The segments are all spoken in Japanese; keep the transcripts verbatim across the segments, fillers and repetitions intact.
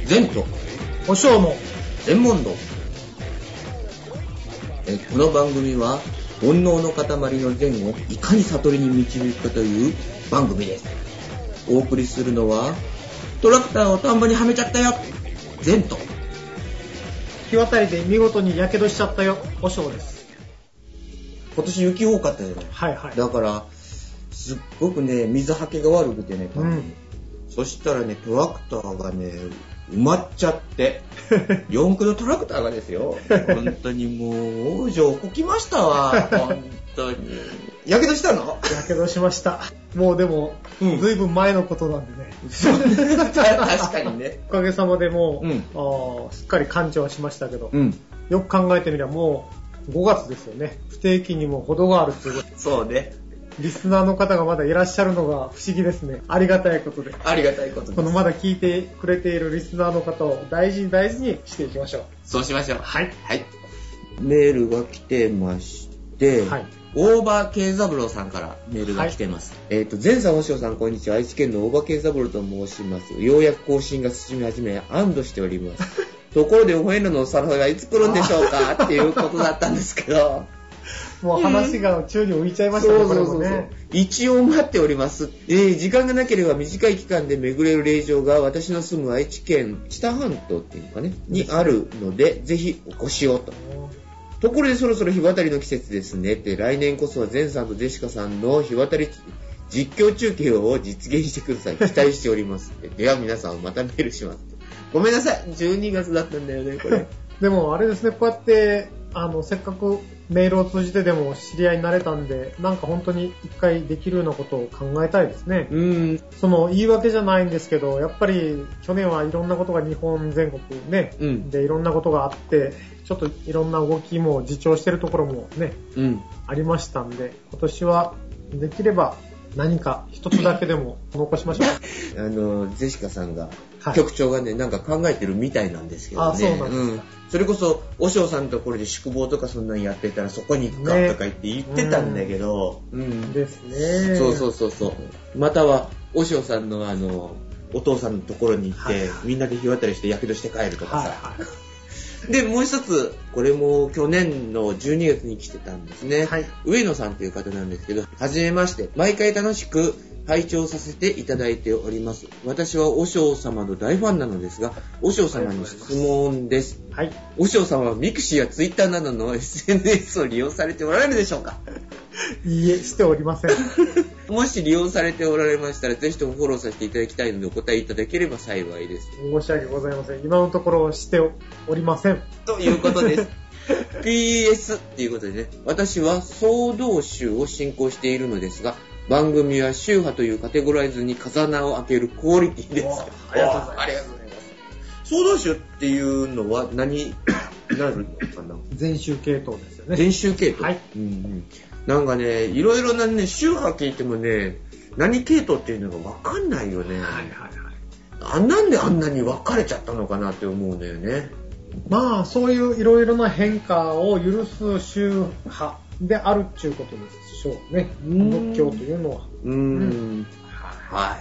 善とおしょうの全問答。えこの番組は煩悩の塊の善をいかに悟りに導くかという番組です。お送りするのはトラクターを田んぼにはめちゃったよ善と、 日渡りで見事にやけどしちゃったよおしょうです。 今年雪多かったよね。 はいはい。 だからすっごくね水はけが悪くてね、うん、そしたらねトラクターがね埋まっちゃって四駆のトラクターがですよ本当にもう往生こきましたわ本当に。やけどしたの？ やけどしました。もうでも、うん、ずいぶん前のことなんでね確かにね。 おかげさまでもう、うん、あすっかり完治はしましたけど、うん、よく考えてみればもうごがつですよね。不定期にも程があるっていうこと。 そうね。 リスナーの方がまだいらっしゃるのが不思議ですね。ありがたいことで。 ありがたいことです。 このまだ聞いてくれているリスナーの方を大事に大事にしていきましょう。 そうしましょう。 はい。 はい。メールが来てまして、はい、大場慶三郎さんからメールが来てます。はい、えっ、ー、と、前さんおしおさんこんにちは。愛知県の大場慶三郎と申します。ようやく更新が進み始め、安堵しております。ところで、おへののおさらはいつ来るんでしょうかっていうことだったんですけど、 もう話が宙に浮いちゃいましたね、これもね。 一応待っております。えー、時間がなければ短い期間で巡れる霊場が私の住む愛知県知多半島っていうのかね、にあるので、ぜひお越しをと。ところでそろそろ日渡りの季節ですねって、来年こそはゼンさんとジェシカさんの日渡り実況中継を実現してください。期待しておりますって。では皆さんまたメールします。ごめんなさい。じゅうにがつだったんだよね、これ。 でもあれですね、こうやって、あの、せっかくメールを通じてでも知り合いになれたんで、なんか本当に一回できるようなことを考えたいですね。うん。その言い訳じゃないんですけど、やっぱり去年はいろんなことが日本全国ね、うん、でいろんなことがあって、ちょっといろんな動きも自重してるところもね、うん、ありましたんで、今年はできれば何か一つだけでも残しましょう。 あの、ジェシカさんが、はい、局長がね、なんか考えてるみたいなんですけどね。 あ、そうなんですか。うん、 それこそ、おしょうさんのところで宿坊とかそんなにやってたらそこに行くかとか言って言ってたんだけど、 ね、うん。ですね。 そうそうそうそう。または、おしょうさんのあの、お父さんのところに行って、はいはい、みんなで日渡りしてやけどして帰るとかさ。はいはいで、もう一つ、これも去年のじゅうにがつに来てたんですね。はい、上野さんという方なんですけど、はじめまして、毎回楽しく拝聴させていただいております。私はおしょう様の大ファンなのですが、おしょう様に質問です。はい。おしょう様はミクシーやツイッターなどの エスエヌエス を利用されておられるでしょうか？ いいえ、しておりません。 もし利用されておられましたら、ぜひともフォローさせていただきたいのでお答えいただければ幸いです。 申し訳ございません。今のところしておりません。 ということです。ピーエス っていうことでね、私は総道宗を信仰しているのですが、番組は宗派というカテゴライズに風穴を開けるクオリティです。 ありがとうございます。 ありがとうございます。総道宗っていうのは何、なるのかな？ 禅宗系統ですよね。 禅宗系統。 はい。 うんうん、なんかね、いろいろなね、宗派聞いてもね、何系統っていうのが分かんないよね。はいはいはい。あ、なんであんなに分かれちゃったのかなって思うんだよね。 まあ、そういういろいろな変化を許す宗派であるっていうことでしょうね。仏教というのは。 うーん。うん、はい。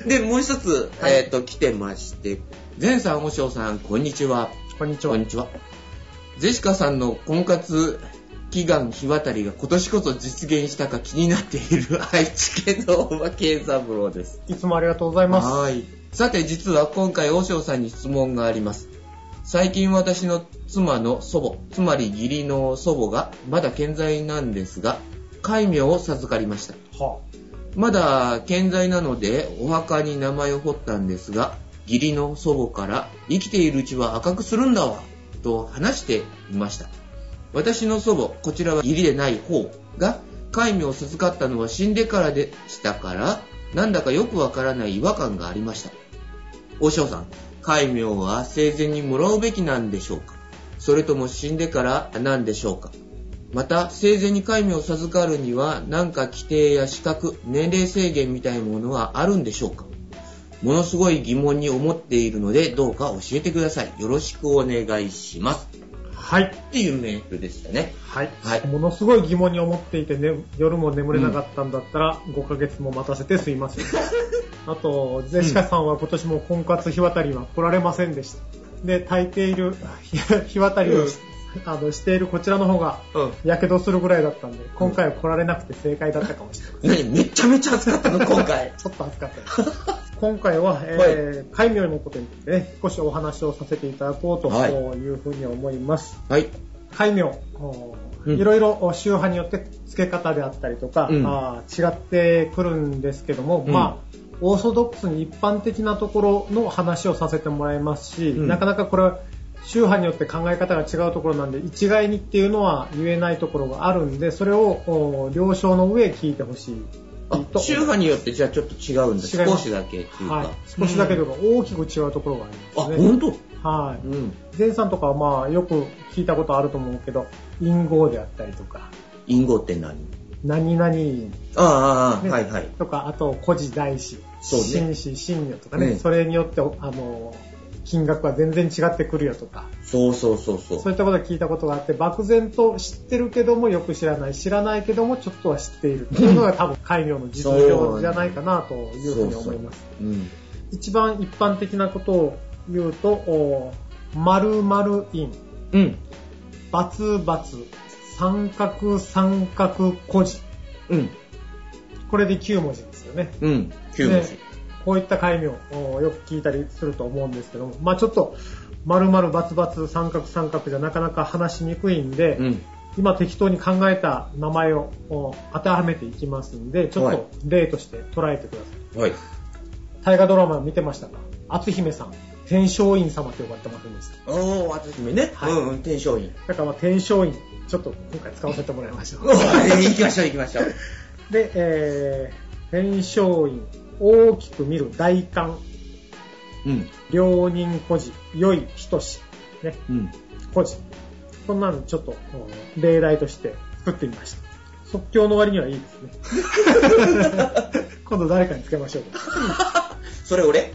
で、もう一つ、はい、えっと、来てまして、前さん、おしょうさん、こんにちは。 こんにちは。 こんにちは。ジェシカさんの婚活祈願日渡りが今年こそ実現したか気になっている愛知県の大場慶三郎です。 いつもありがとうございます。 はい。さて、実は今回、おしょうさんに質問があります。最近私の妻の祖母、つまり義理の祖母がまだ健在なんですが、戒名を授かりました。はあ、まだ健在なのでお墓に名前を彫ったんですが、義理の祖母から生きているうちは赤くするんだわと話していました。私の祖母、こちらは義理でない方が戒名を授かったのは死んでからでしたから、なんだかよくわからない違和感がありました。おしょうさん、戒名は生前にもらうべきなんでしょうか？それとも死んでからなんでしょうか？また、生前に戒名を授かるには何か規定や資格、年齢制限みたいなものはあるんでしょうか？ものすごい疑問に思っているので、どうか教えてください。よろしくお願いします。 はい。 っていうメールでしたね。 はい。はい。ものすごい疑問に思っていて、ね、夜も眠れなかったんだったら、ごかげつも待たせてすいません。あと、ゼシカさんは今年も婚活日渡りは来られませんでした。で、炊いている日渡りを、うん、あのしているこちらの方が、やけどするぐらいだったんで、うん、今回は来られなくて正解だったかもしれない。 何めちゃめちゃ暑かったの今回。 ちょっと暑かったです。今回は、えー、戒名のことについてね、少しお話をさせていただこうというふうに思います。 はい。 戒名、うん、いろいろ宗派によって付け方であったりとか、うん、あ違ってくるんですけども、うん、まあ、オーソドックスに一般的なところの話をさせてもらいますし、うん、なかなかこれは宗派によって考え方が違うところなんで、一概にっていうのは言えないところがあるんで、それを了承の上聞いてほしい。 宗派によってじゃあちょっと違うんだ。少しだけっていうか、はい、 少しだけというか大きく違うところがありますね。 あ、本当？ はい。うん。前さんとかはまあよく聞いたことあると思うけど、隠語であったりとか。 隠語って何？ 何々。 ああ、ね、はいはい。 とか、あと古事大師、神師、神女とかね、うん、それによってあの金額は全然違ってくるよとか。 そうそうそうそう。 そういったことを聞いたことがあって、漠然と知ってるけどもよく知らない、知らないけどもちょっとは知っているというのが多分戒名の実情じゃないかなというふうに思います。そうそう、うん、一番一般的なことを言うと、〇〇印、うん、バツバツ、三角三角古事、うん、これできゅう文字ですよね。 うん、きゅう文字。 こういった戒名をよく聞いたりすると思うんですけども、まあちょっと丸々バツバツ三角三角じゃなかなか話しにくいんで、うん、今適当に考えた名前を当てはめていきますんで、ちょっと例として捉えてください。はい。大河ドラマ見てましたか？篤姫さん、天璋院様と呼ばれてませんでした？ おー、篤姫ね。はい。うん、うん、天璋院。 だからまあ天璋院、ちょっと今回使わせてもらいましょう。 行きましょう行きましょう。 で、えー、天璋院、大きく見る大観、うん、良人孤児、良い人し、ね、うん、孤児。こんなのちょっと例題として作ってみました。即興の割にはいいですね。今度誰かにつけましょう。 それ俺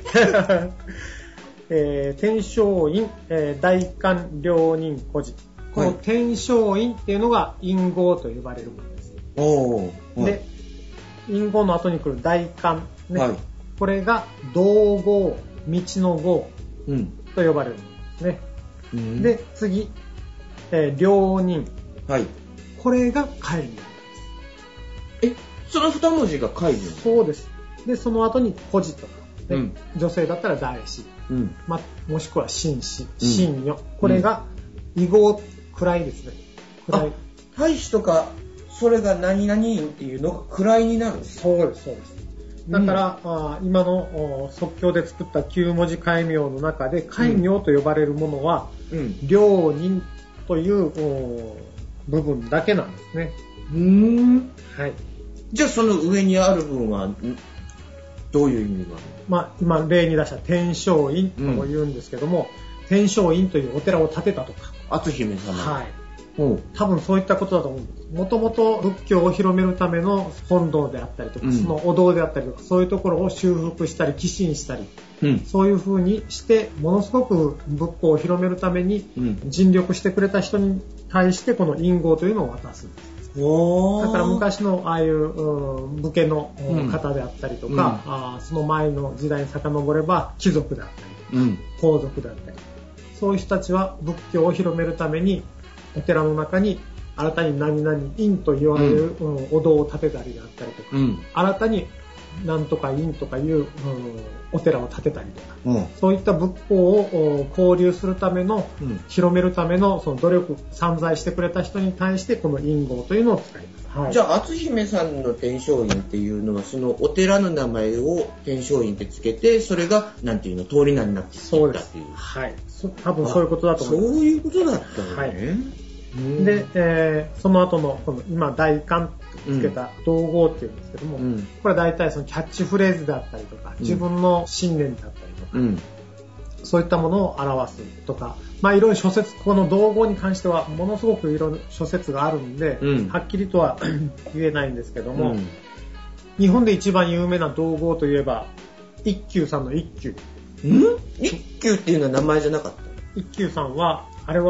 えー、天璋院、えー、大観、良人孤児。この天璋院っていうのが隠語と呼ばれるものです。おー、で、隠語の後に来る大観、ね、はい、これが道号、道の号と呼ばれるものですね。うん、で、次、えー、良人、はい、これが戒名です。 え、その二文字が戒名？ そうです。で、その後に孤児とか、ね、うん、女性だったら大師、うん、ま、もしくは神師、神女、うん、これが異号、位ですね。位。 大師とかそれが何々っていうのが位になるんですか？ そうです、そうです。だから、うん、あ今の即興で作ったきゅう文字戒名の中で戒名と呼ばれるものは、うん、良人という部分だけなんですね。うーん、 はい。じゃあその上にある分はどういう意味があるの？ まあ今例に出した天璋院とも言うんですけども、うん、天璋院というお寺を建てたとか。 篤姫様。 はい。多分そういったことだと思うんです。もともと仏教を広めるための本堂であったりとか、うん、そのお堂であったりとか、そういうところを修復したり寄進したり、うん、そういう風にしてものすごく仏教を広めるために尽力してくれた人に対してこの印号というのを渡すんです。おー。だから昔のああいう、うん、武家の方であったりとか、うん、あその前の時代に遡れば貴族であったりとか、うん、皇族であったりとか、そういう人たちは仏教を広めるためにお寺の中に新たに何々院と言われる、うんうん、お堂を建てたりであったりとか、うん、新たになんとか院とかいう、うん、お寺を建てたりとか、うん、そういった仏法を交流するための、うん、広めるためのその努力散財してくれた人に対してこの印号というのを使います。はい、 じゃあ篤姫さんの天璋院っていうのはそのお寺の名前を天璋院ってつけて、それがなんていうの通り名になっていったっていう。そうです。 はい。多分そういうことだと思います。 そういうことだったのね。はい。 で、えー、その後のこの今大観とつけた道号っていうんですけども、うん、これは大体そのキャッチフレーズであったりとか、うん、自分の信念であったりとか、うん、そういったものを表すとか、まあいろいろ諸説、この道号に関してはものすごくいろいろ諸説があるんで、うん、はっきりとは言えないんですけども、うん、日本で一番有名な道号といえば一休さんの一休。 ん？一休っていうのは名前じゃなかった？ 一休さんはあれは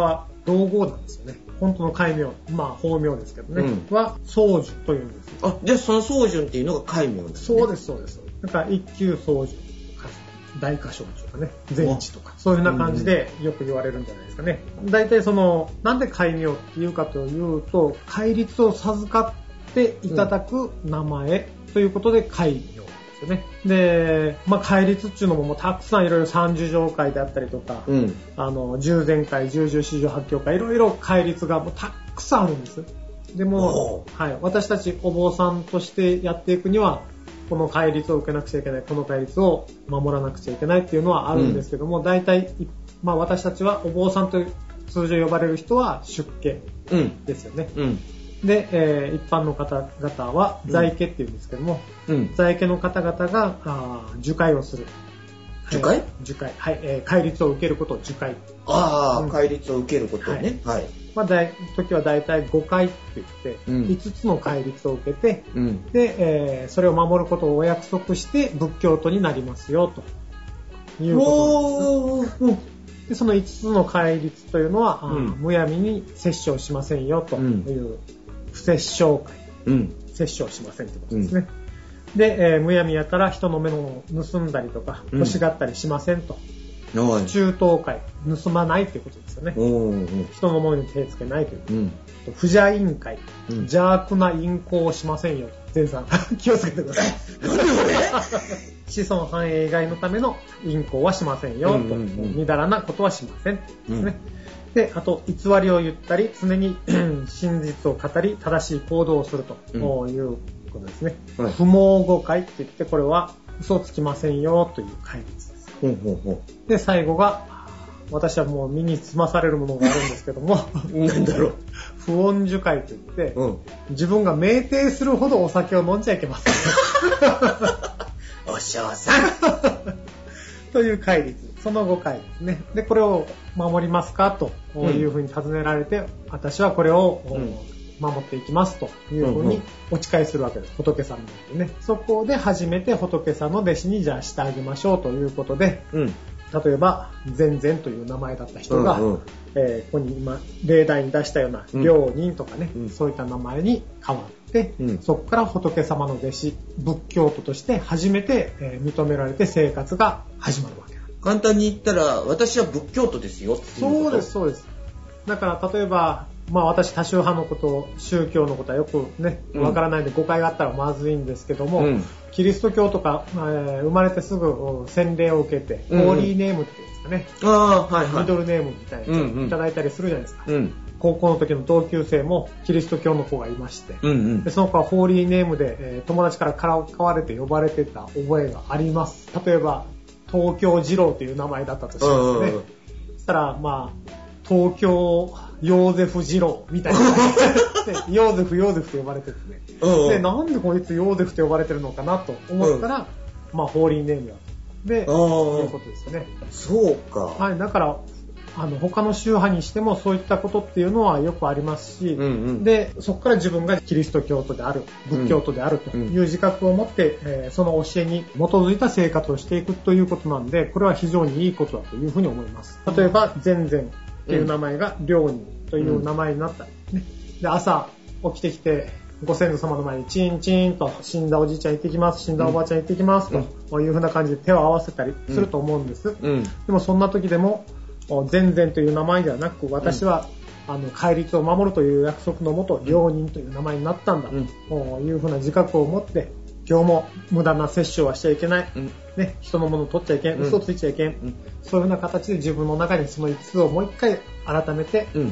道号なんですよね。本当の戒名、まあ法名ですけどね、うん、は宗順というんです。 あ、じゃあその宗順っていうのが戒名ですね。 そうですそうです。だから一級宗順、大歌唱とかね、全知とか、そういうような感じでよく言われるんじゃないですかね。大体その、なんで戒名っていうかというと、戒律を授かっていただく名前ということで戒名ですよね。で、まあ戒律っていうのももうたくさんいろいろ三十条戒であったりとか、うん、あの、十全戒、十十四十八教戒、いろいろ戒律がもうたくさんあるんです。でも、はい、私たちお坊さんとしてやっていくには、この戒律を受けなくちゃいけない、この戒律を守らなくちゃいけないっていうのはあるんですけども、うん、大体、まあ私たちはお坊さんと通常呼ばれる人は出家ですよね。うんうん、で、えー、一般の方々は在家っていうんですけども、うん、在家の方々があ受戒をする。 受戒、 はい、受戒。はい、えー、戒律を受けることを受戒。 ああ、うん、戒律を受けることね。はい。はいまあ、だい時はだいたいごかいって言って、うん、いつつの戒律を受けて、うん、で、えー、それを守ることをお約束して仏教徒になりますよということなんです。でそのいつつの戒律というのは、うん、むやみに殺生しませんよという、うん、不殺生戒、うん、殺生しませんということですね。うん、で、えー、むやみやから人の目のものを盗んだりとか欲しがったりしませんと。中等戒、盗まないということですよね。人のものに手つけないという。うん、不邪淫戒、うん、邪悪な淫行をしませんよ。前さん気をつけてください。子孫繁栄以外のための淫行はしませんよ、うんうんうん、とみだらなことはしませんですね。うん、で、あと偽りを言ったり、常に真実を語り、正しい行動をするということですね。うん、不毛語戒って言って、これは嘘つきませんよという戒律です。ほうほうほうで、最後が、私はもう身につまされるものがあるんですけども、 なんだろう。 不穏受戒といって、うん、自分が酩酊するほどお酒を飲んじゃいけません。 お嬢さんという戒律。そのごかいですね。で、これを守りますかというふうに尋ねられて、うん、私はこれを、うん守っていきますというふうにお誓いするわけです。仏さんのね。そこで初めて仏さんの弟子にじゃあしてあげましょうということで、うん、例えば善善という名前だった人が、うんうんえー、ここに今例題に出したような良人とかね、うん、そういった名前に変わって、うん、そこから仏様の弟子、仏教徒として初めて、えー、認められて生活が始まるわけです。 簡単に言ったら私は仏教徒ですよっていうこと。 そうですそうです。だから例えばまあ私多宗派のこと、宗教のことはよくね、わからないんで誤解があったらまずいんですけども、うん、キリスト教とか、えー、生まれてすぐ洗礼を受けて、うん、ホーリーネームっていうんですかね、あはいはい、ミドルネームみたいなのをいただいたりするじゃないですか。うんうん、高校の時の同級生もキリスト教の子がいまして、うんうん、でその子はホーリーネームで、えー、友達からからかわれて呼ばれてた覚えがあります。例えば、東京二郎という名前だったとしますね。そしたら、まあ、東京ヨーゼフ二郎みたいなヨーゼフヨーゼフと呼ばれててね、うんうん、でなんでこいつヨーゼフと呼ばれてるのかなと思ったら、うん、まあホーリーネームだとでいうことですよね。 そうか。 はい、だからあの他の宗派にしてもそういったことっていうのはよくありますし、うんうん、でそこから自分がキリスト教徒である、仏教徒であるという自覚を持って、うんえー、その教えに基づいた生活をしていくということなんで、これは非常にいいことだというふうに思います。例えば善善っていう名前が良人という名前になった、ね、で朝起きてきてご先祖様の前にチンチンと死んだおじいちゃん行ってきます、死んだおばあちゃん行ってきますと、うん、いうふうな感じで手を合わせたりすると思うんです、うん、でもそんな時でも善善という名前ではなく、私は、うん、あの戒律を守るという約束のもと良人という名前になったんだというふうな自覚を持って、今日も無駄な摂取はしちゃいけない、うんね、人のものを取っちゃいけん、嘘ついちゃいけん、うん、そういうような形で自分の中にそのいつつをもう一回改めて、うんうん、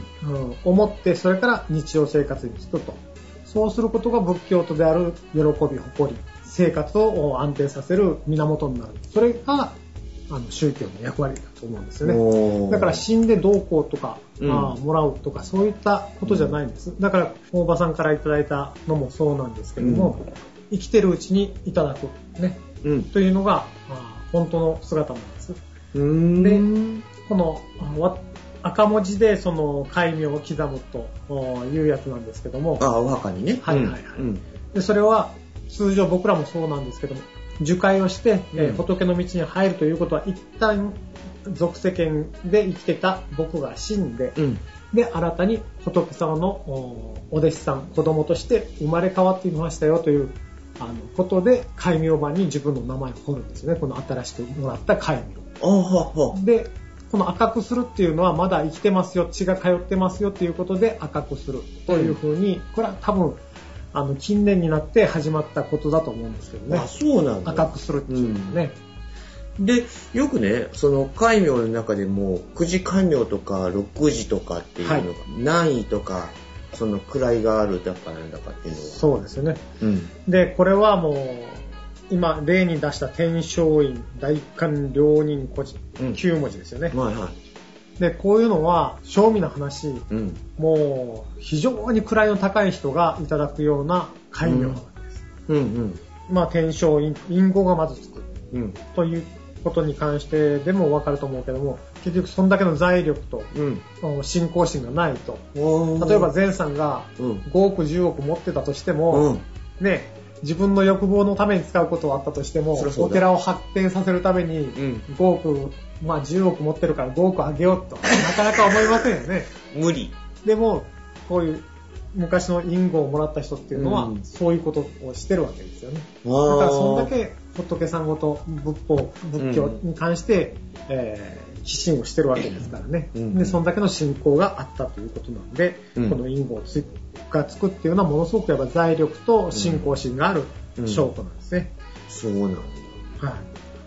思って、それから日常生活につくと。そうすることが仏教徒である喜び、誇り、生活を安定させる源になる。それがあの宗教の役割だと思うんですよね。だから死んでどうこうとか、うん、あもらうとかそういったことじゃないんです。だから大場さんからいただいたのもそうなんですけども、うん、生きてるうちにいただく、ねうん、というのが本当の姿なんです。うーんでこの赤文字でその戒名を刻むというやつなんですけども、 あお墓にね、 はいはいはい、うん、でそれは通常僕らもそうなんですけども、受戒をして、うんえー、仏の道に入るということは、一旦俗世間で生きてた僕が死んで、うん、 で、新たに仏様のお弟子さん、子供として生まれ変わっていましたよというあのことで、戒名板に自分の名前を彫るんですよね。この新しくもらった戒名。で、この赤くするっていうのはまだ生きてますよ、血が通ってますよっていうことで赤くするというふうに、これは多分、あの、近年になって始まったことだと思うんですけどね。 あ、そうなんだ。 赤くするっていうのはね。 うん、で、よくね、その戒名の中でも、くじ戒名とかろくじとかっていうのが、はい、何位とか、その位があるだかなんだかっていうのは。 そうですよね。うん、で、これはもう、今、例に出した天正院、大官両人孤児、うん、きゅうもじですよね。はいはい。で、こういうのは、正味な話、うん、もう、非常に位の高い人がいただくような戒名なんです。うんうんうん、まあ、天正院、隠語がまずつく、うん、ということに関してでもわかると思うけども、結局そんだけの財力と、うん、信仰心がないと。例えば前さんがごおくじゅうおく持ってたとしても、うん、ね、自分の欲望のために使うことはあったとしても、お寺を発展させるためにごおく、まあじゅうおく持ってるからごおくあげようと、なかなか思いませんよね。 無理。 でも、こういう昔の印語をもらった人っていうのは、うん、そういうことをしてるわけですよね。だからそんだけ仏さんごと仏法、仏教に関して、うん、えー寄進をしてるわけですからね、うん、でそんだけの信仰があったということなので、うん、この印語がつくっていうのはものすごくやっぱ財力と信仰心がある証拠なんですね、 うんうん、そうなんだ、 はい、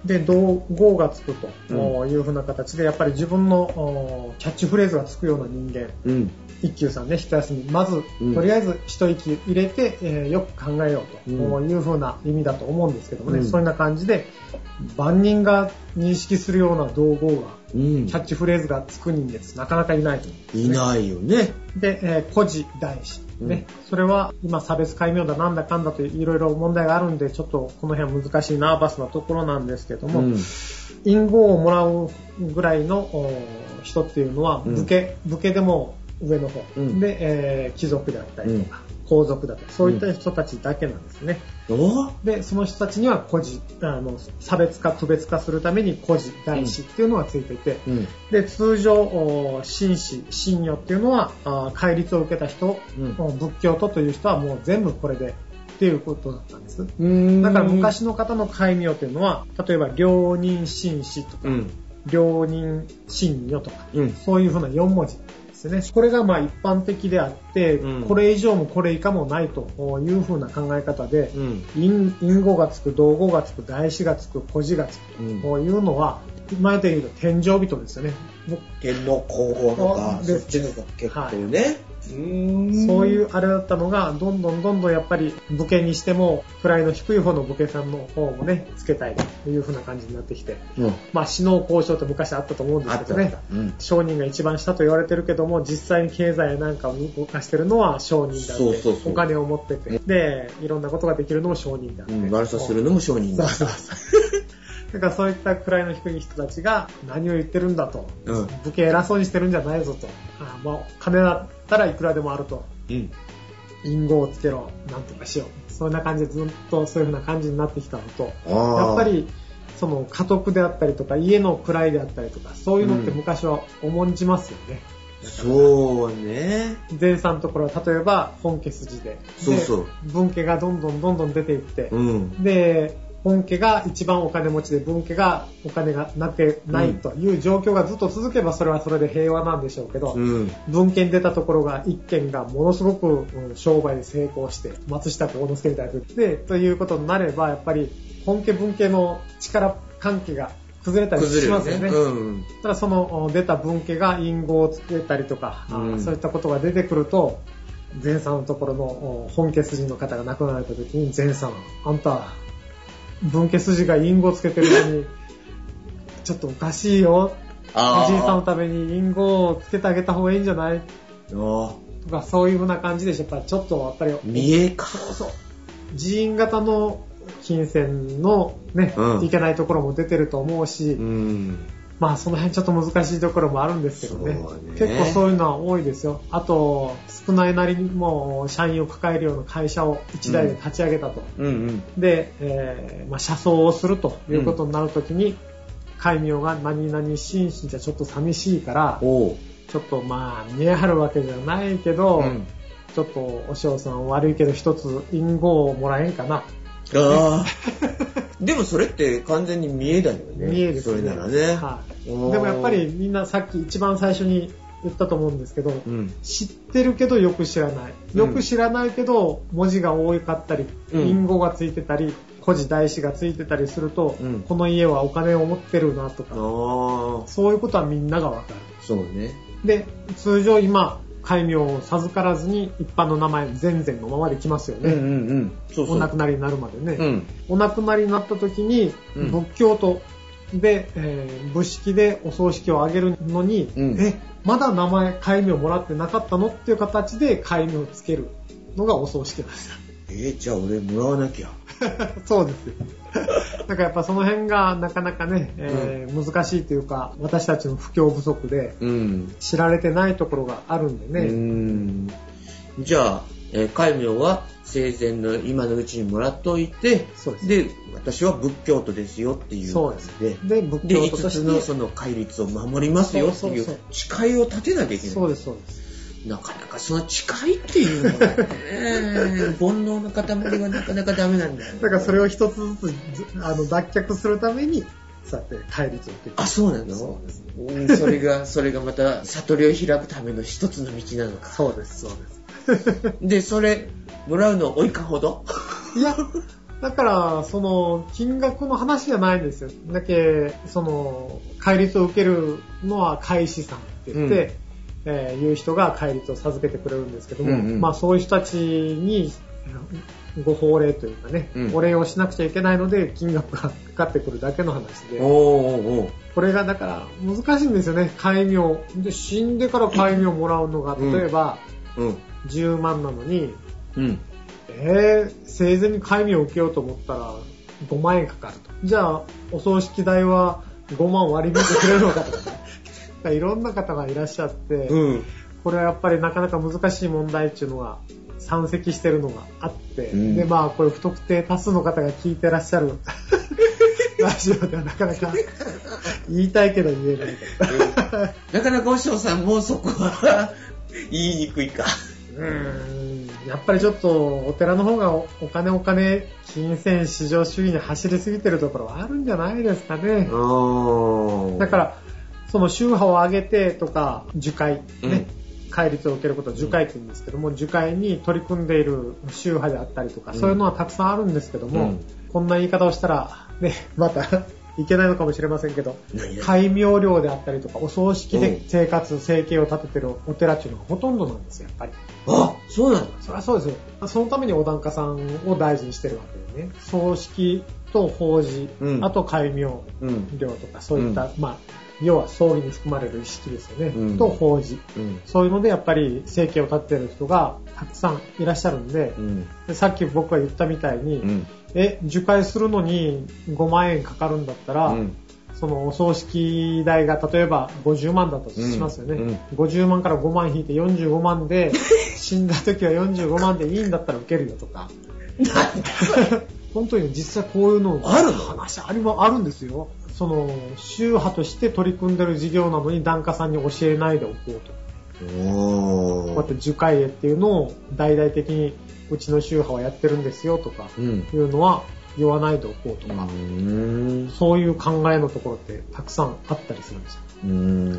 で号がつくというふうな形でやっぱり自分のキャッチフレーズがつくような人間、うん、一休さんね、一休みまず、うん、とりあえず一息入れて、えー、よく考えようというふうな意味だと思うんですけどもね、うん、そんな感じで万人が認識するような道語が、うん、キャッチフレーズがつく人間ですなかなかいないと思うんですね。 いないよね。 で、えー、孤児大師ね、うん、それは今差別戒名だなんだかんだといろいろ問題があるんでちょっとこの辺は難しいナーバスなところなんですけども、うん、印語をもらうぐらいの人っていうのは武家、うん、武家でも上の方、うん、で、えー、貴族であったりとか、うん、皇族だったりそういった人たちだけなんですね、うん、でその人たちには孤児あの差別化区別化するために孤児大師っていうのがついていて、うん、で通常神師神女っていうのは戒律を受けた人、うん、仏教徒という人はもう全部これでっていうことだったんです。だから昔の方の戒名というのは例えば両人神師とか、うん、両人神女とか、うん、そういうふうなよんもじですね。これがまあ一般的であって、うん、これ以上もこれ以下もないというふうな考え方で、うん、因, 因語がつく、道語がつく、大師がつく、孤児がつくというのは、前で言うと天上人ですよね。 天皇皇后とか、そっちの結構ね。はい、うーんそういうあれだったのがどんどんどんどんやっぱり武家にしても位の低い方の武家さんの方もねつけたいという風な感じになってきて、うん、まあ死の交渉って昔あったと思うんですけどね、うん、商人が一番下と言われてるけども実際に経済なんかを動かしてるのは商人だって、そうそうそう、お金を持っててでいろんなことができるのも商人だって、うん、 悪さするのも商人だって、そうそうそうだからそういった位の低い人たちが何を言ってるんだと、うん、武家偉そうにしてるんじゃないぞと、あまあ金だったらいくらでもあると、うん、隠語をつけろなんとかしよう、そんな感じでずっとそういう風な感じになってきたのと、やっぱりその家督であったりとか家の位であったりとかそういうのって昔は重んじますよね、 うん、そうね。 前さんのところは例えば本家筋で、 そうそう、 分家がどんどんどんどん出ていって、うん、で本家が一番お金持ちで分家がお金がなくないという状況がずっと続けばそれはそれで平和なんでしょうけど、うん、分家に出たところが一軒がものすごく、うん、商売で成功して松下幸之助みたいなでということになればやっぱり本家分家の力関係が崩れたりしますよね。うん、ただその出た分家が隠語をつけたりとか、うん、そういったことが出てくると前さんのところの本家筋の方が亡くなられた時に前さんあんた分家筋が隠語をつけてるのにちょっとおかしいよ、おじいさんのために隠語をつけてあげた方がいいんじゃないとかそういう風な感じでやっぱりちょっとやっぱり見えかそうそう寺院型の金銭のね、うん、いけないところも出てると思うし、うん、まあその辺ちょっと難しいところもあるんですけど ね, ね結構そういうのは多いですよ。あと少ないなりにも社員を抱えるような会社を一台で立ち上げたと、うんうんうん、で、えーまあ、車窓をするということになるときに、うん、戒名が何々紳士じゃちょっと寂しいからちょっとまあ見え張るわけじゃないけど、うん、ちょっとお嬢さん悪いけど一つ隠語をもらえんかな。 あでもそれって完全に見えだよね。 見えですね。 それならね。 はい。でもやっぱりみんなさっき一番最初に言ったと思うんですけど、うん、知ってるけどよく知らない。よく知らないけど文字が多かったり、うん、隠語がついてたり、古事大詞がついてたりすると、うん、この家はお金を持ってるなとか、そういうことはみんながわかる。 そうね。 で、通常今、戒名を授からずに一般の名前前々のままで来ますよね。うんうんうん、そうそう。お亡くなりになるまでね。うん、お亡くなりになった時に、うん、仏教徒で、えー、仏式でお葬式を挙げるのに、うん、え、まだ名前、戒名もらってなかったのっていう形で戒名をつけるのがお葬式なんですよ。 えー、じゃあ俺もらわなきゃ。 そうですよ。だからやっぱその辺がなかなかね、えーうん、難しいというか、私たちの布教不足で、うん、知られてないところがあるんでね。 うん、じゃあ、えー、戒名は生前の今のうちにもらっといて、そうです。で、私は仏教徒ですよっていう感じで、 で、仏教徒としてで、いつつのその戒律を守りますよっていう誓いを立てなきゃいけない。 そうです、そうです。 なかなかその誓いっていうのがね、煩悩の塊はなかなかダメなんだよ。 だからそれを一つずつあの脱却するために、そうやって戒律を受けて。 あ、そうなの？そうです、うん。それが、それがまた悟りを開くための一つの道なのか。 そうです、そうです。 で、それ、もらうのおいかほど？ いや、だから、その、金額の話じゃないんですよ。だけ、その、戒律を受けるのは戒師さんって言って、うん、えー、いう人が戒律を授けてくれるんですけども、うんうん、まあそういう人たちにご法令というかね、うん、お礼をしなくちゃいけないので金額がかかってくるだけの話で、おーおーこれがだから難しいんですよね。戒名で死んでから戒名をもらうのが、例えば、うんうん、じゅうまんなのに、うん、えー、生前に戒名を受けようと思ったらごまんえんかかると。じゃあお葬式代はごまん割り引いてくれるのかとかね。いろんな方がいらっしゃって、うん、これはやっぱりなかなか難しい問題っていうのが山積してるのがあって、うん、でまあこれ不特定多数の方が聞いてらっしゃるラジオではなかなか言いたいけど言えないから、うん、なかなかお師匠さんもそこは言いにくいか。 うーん、やっぱりちょっとお寺の方がお金お金金銭至上主義に走りすぎてるところはあるんじゃないですかね。だからその宗派を挙げてとか受戒ね、うん、戒律を受けることを受戒って言うんですけども、うん、受戒に取り組んでいる宗派であったりとか、うん、そういうのはたくさんあるんですけども、うん、こんな言い方をしたらね、またいけないのかもしれませんけど、戒名料であったりとかお葬式で生活生計を立ててるお寺っていうのがほとんどなんですよ、やっぱり。 あ、そうなんだ。 そりゃそうですよ。そのためにお檀家さんを大事にしてるわけでね。葬式と法事、うん、あと戒名料とか、そういった、うん、まあ要は葬儀に含まれる意識ですよね、うん、と法事、うん、そういうのでやっぱり生計を立ててる人がたくさんいらっしゃるんで、うん、でさっき僕が言ったみたいに、うん、え受戒するのにごまんえんかかるんだったら、うん、そのお葬式代が例えばごじゅうまんだとしますよね、うんうん、ごじゅうまんからごまん引いてよんじゅうごまんで死んだ時はよんじゅうごまんでいいんだったら受けるよとか本当に実際こういうのあるの話ありもあるんですよ。その宗派として取り組んでる事業なのに檀家さんに教えないでおこうと。おこうやって受戒絵っていうのを大々的にうちの宗派はやってるんですよとかいうのは言わないでおこうとか、うん、そういう考えのところってたくさんあったりするんですよ。 うん、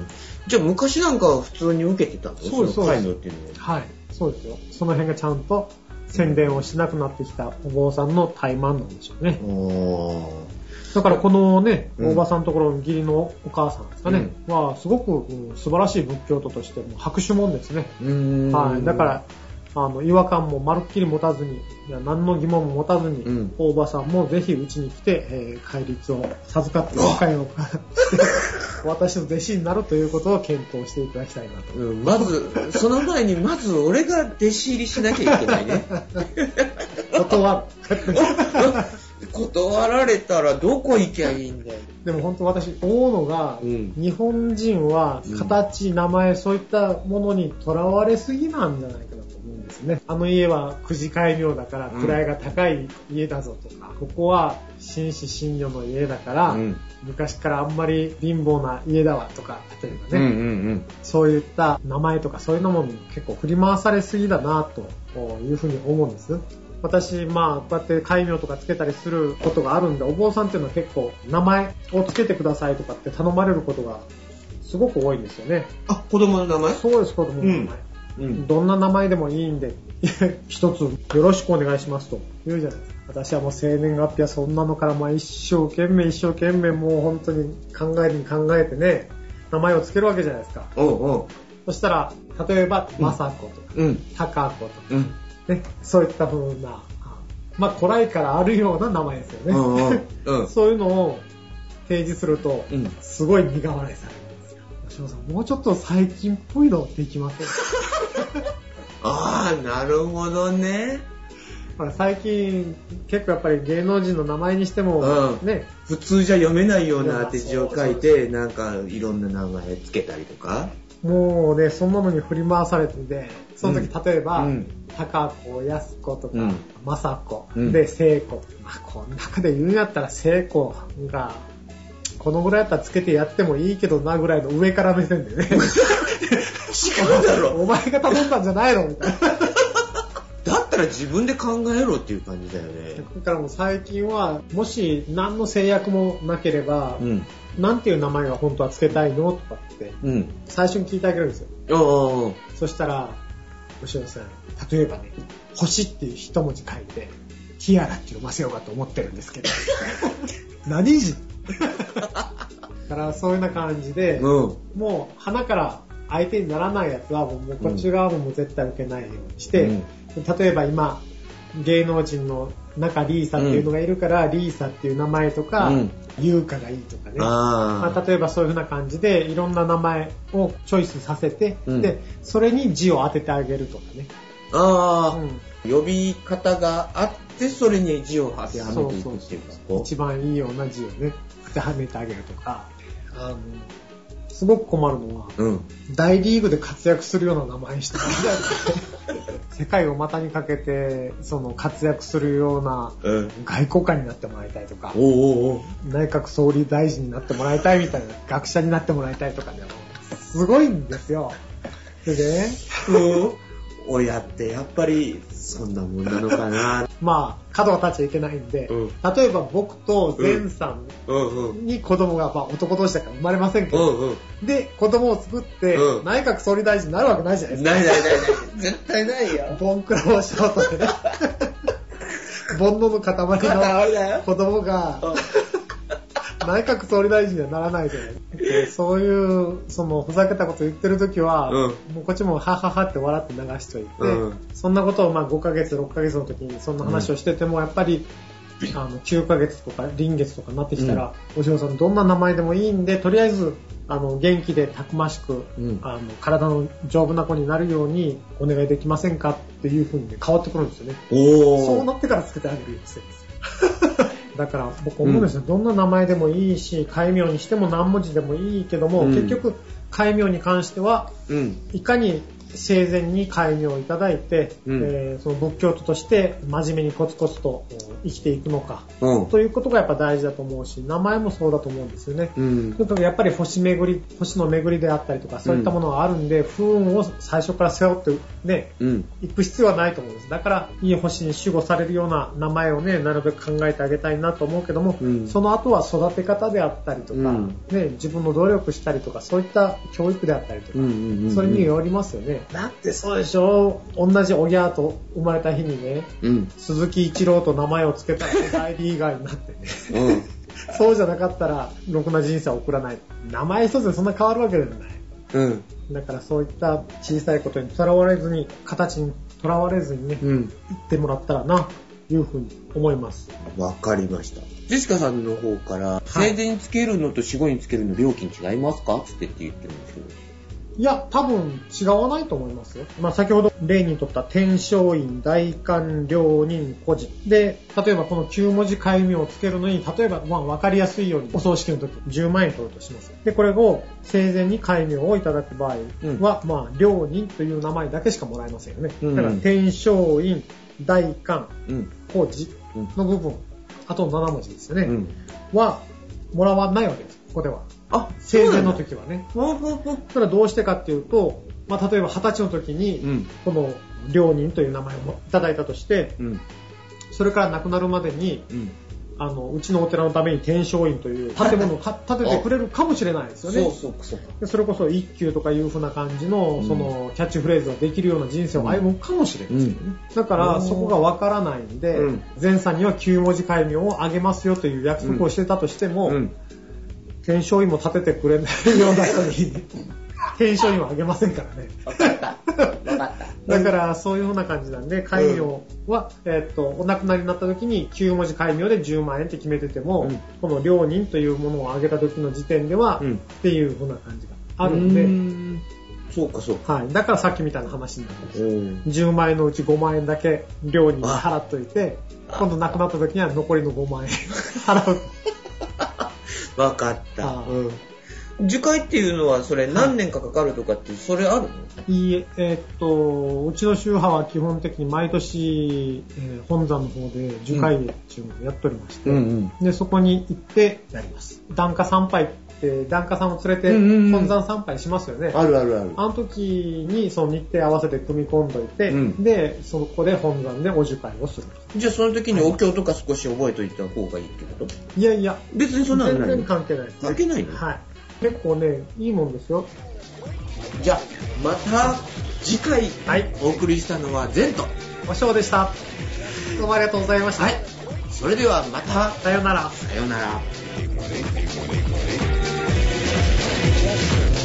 じゃあ昔なんかは普通に受けてたんですか？そうです、そうです。っていうのは。はい、そうですよ。その辺がちゃんと宣伝をしなくなってきたお坊さんの怠慢なんでしょうね。おだからこのね、大場さんのところの義理のお母さんですかね、うん、はすごく、うん、素晴らしい仏教徒としても拍手もんですね。はい、だからあの違和感もまるっきり持たずに、いや何の疑問も持たずに、うん、大場さんもぜひうちに来て、えー、戒律を授かってお会をして私の弟子になるということを検討していただきたいなと、 うん、まずその前にまず俺が弟子入りしなきゃいけないね。 断断られたらどこ行きゃいいんだよ。 でも本当私思うのが、うん、日本人は形、うん、名前そういったものにとらわれすぎなんじゃないかなと思うんですですね。あの家はくじ戒名だから位が高い家だぞとか、うん、ここは紳士紳女の家だから、うん、昔からあんまり貧乏な家だわとか、例えばね、うんうんうん、そういった名前とかそういうのも結構振り回されすぎだなというふうに思うんです。私、まあ、こうやって戒名とかつけたりすることがあるんで、お坊さんっていうのは結構名前をつけてくださいとかって頼まれることがすごく多いんですよね。 あ、子供の名前？ そうです、子供の名前。うんうん、どんな名前でもいいんで、一つよろしくお願いしますと言うじゃないですか。私はもう生年月日はそんなのから、まあ一生懸命一生懸命もう本当に考えに考えてね、名前をつけるわけじゃないですか。 おうおう。 そしたら、例えば、まさことか、うん、たかことか、うんね、そういった風な、まあ古来からあるような名前ですよね。うんうんうん、そういうのを提示すると、うん、すごい苦笑いされるんですよ。吉野さん、もうちょっと最近っぽいのできませんか？ ああ、なるほどね。 最近結構やっぱり芸能人の名前にしても、うん、ね、 普通じゃ読めないような当て字を書いて、なんかいろんな名前つけたりとか。 もうね、そんなのに振り回されてて、その時、うん、例えば、うん、高子、安子とか、うん、正子、うん、で、聖子。まあ、この中で言うんやったら聖子が、このぐらいやったらつけてやってもいいけどなぐらいの上から目線でね。違うだろ。 お前が頼んだんじゃないのみたいな。 だったら自分で考えろっていう感じだよね。 だからもう最近は、もし何の制約もなければ、うん、なんていう名前が本当はつけたいのとかって、うん、最初に聞いてあげるんですよ。おうおう。そしたら、吉野さん、例えばね、星っていう一文字書いて、ティアラって読ませようかと思ってるんですけど。何字だからそういうような感じで、うん、もう鼻から相手にならないやつはもうこっち側ももう絶対受けないようにして、うん、例えば今芸能人の中リーサっていうのがいるから、うん、リーサっていう名前とか、うん、優香がいいとかね、あ、まあ、例えばそういう風な感じでいろんな名前をチョイスさせて、うん、でそれに字を当ててあげるとかね。 ああ、うん、呼び方があってそれに字を当てはめていくっていうか、 そうそうそう、一番いいような字をね当てはめてあげるとか。あのすごく困るのは、うん、大リーグで活躍するような名前にしてもらいたい。世界を股にかけてその活躍するような外交官になってもらいたいとか、うん、おうおうおう、内閣総理大臣になってもらいたいみたいな、学者になってもらいたいとかね、すごいんですよ。でね、 うん親ってやっぱりそんなもんなのかな。 まあ角が立っちゃいけないんで、うん、例えば僕と前さんに子供が、まあ、男同士だから生まれませんけど、うんうん、で子供を作って、うん、内閣総理大臣になるわけないじゃないですか。 ないないないない絶対ないよ。 ボンクラをしようとね。煩悩の塊の子供が内閣総理大臣にはならないじゃないですか。そういうそのふざけたこと言ってるときは、うん、もうこっちもハハハって笑って流しといて、うん、そんなことをまあごかげつろっかげつの時にそんな話をしてても、やっぱりあのきゅうかげつとか臨月とかになってきたら、うん、お嬢さんどんな名前でもいいんで、とりあえずあの元気でたくましく、うん、あの体の丈夫な子になるようにお願いできませんかっていう風に、ね、変わってくるんですよね。おそうなってからつけてあげるようにしてるんですよ。だから僕思うんですよ、うん、どんな名前でもいいし、戒名にしても何文字でもいいけども、うん、結局戒名に関しては、うん、いかに生前に戒名をいただいて、うん、えー、その仏教徒として真面目にコツコツと生きていくのか、うん、ということがやっぱ大事だと思うし、名前もそうだと思うんですよね。うん、やっぱり星巡り、星の巡りであったりとかそういったものがあるんで、うん、不運を最初から背負ってね、うん、行く必要はないと思うんです。だからいい星に守護されるような名前をね、なるべく考えてあげたいなと思うけども、うん、その後は育て方であったりとか、うん、ね、自分の努力したりとか、そういった教育であったりとか、うんうんうんうん、それによりますよね。だってそうでしょ、同じおぎゃーと生まれた日にね、うん、鈴木一郎と名前を付けたら大リーガーになってね、うん、そうじゃなかったらろくな人生を送らない。名前一つでそんな変わるわけじゃない、うん、だからそういった小さいことにとらわれずに、形にとらわれずにね、うん、言ってもらったらなというふうに思います。 わかりました。ジェシカさんの方から、はい、生前につけるのと死後につけるの料金違いますかって言ってるんですけど、 いや、多分違わないと思いますよ。まあ、先ほど例にとった天璋院、大官、両人、孤児。で、例えばこのきゅう文字戒名をつけるのに、例えばまあ分かりやすいようにお葬式の時じゅうまんえん取るとします。で、これを生前に戒名をいただく場合は、うん、まあ、両人という名前だけしかもらえませんよね。うん、だから天璋院、大官、うん、孤児の部分、あとなな文字ですよね。うん、は、もらわないわけです。ここでは。あ、生前の時はね。それはどうしてかっていうと、まあ、例えば二十歳の時に、うん、この両人という名前をいただいたとして、うん、それから亡くなるまでに、うん、あのうちのお寺のために天璋院という建物を建ててくれるかもしれないですよね。そうそうそう。でそれこそ一休とかいう風な感じの、うん、そのキャッチフレーズができるような人生を歩むかもしれないですよね。うん、だからそこがわからないんで、うん、前さんにはきゅう文字戒名をあげますよという約束をしてたとしても、うんうん、天璋院も建ててくれないような人に天璋院はあげませんからね。 わかった。わかった。 だからそういう風な感じなんで、戒名は、うん、えー、っとお亡くなりになった時にきゅう文字戒名でじゅうまんえんって決めてても、うん、この両人というものをあげた時の時点では、うん、っていう風な感じがあるんで、んそうかそうか。 はい。だからさっきみたいな話になるんです。うん、じゅうまんえんのうちごまんえんだけ両人に払っといて、今度亡くなった時には残りのごまんえん払う。 わかった。うん、受戒っていうのはそれ何年かかかるとかってそれあるの？ いいえ、えー、っとうちの宗派は基本的に毎年、えー、本山の方で受戒っていうのをやっておりまして、うんうんうん、でそこに行ってやります。檀家参拝って檀家さんを連れて本山参拝しますよね。 うんうんうん、あるあるある。 あの時にその日程合わせて組み込んどいて、うん、でそこで本山でお受戒をする。 じゃあその時にお経とか少し覚えといた方がいいってこと？ いやいや、 別にそんなのないの？ 全然関係ない。 関係ないの？ はい。結構ね、いいもんですよ。 じゃあまた次回お送りしたのは善とおしょうでした。どうもありがとうございました。 はい。それではまたさようなら。 さようなら。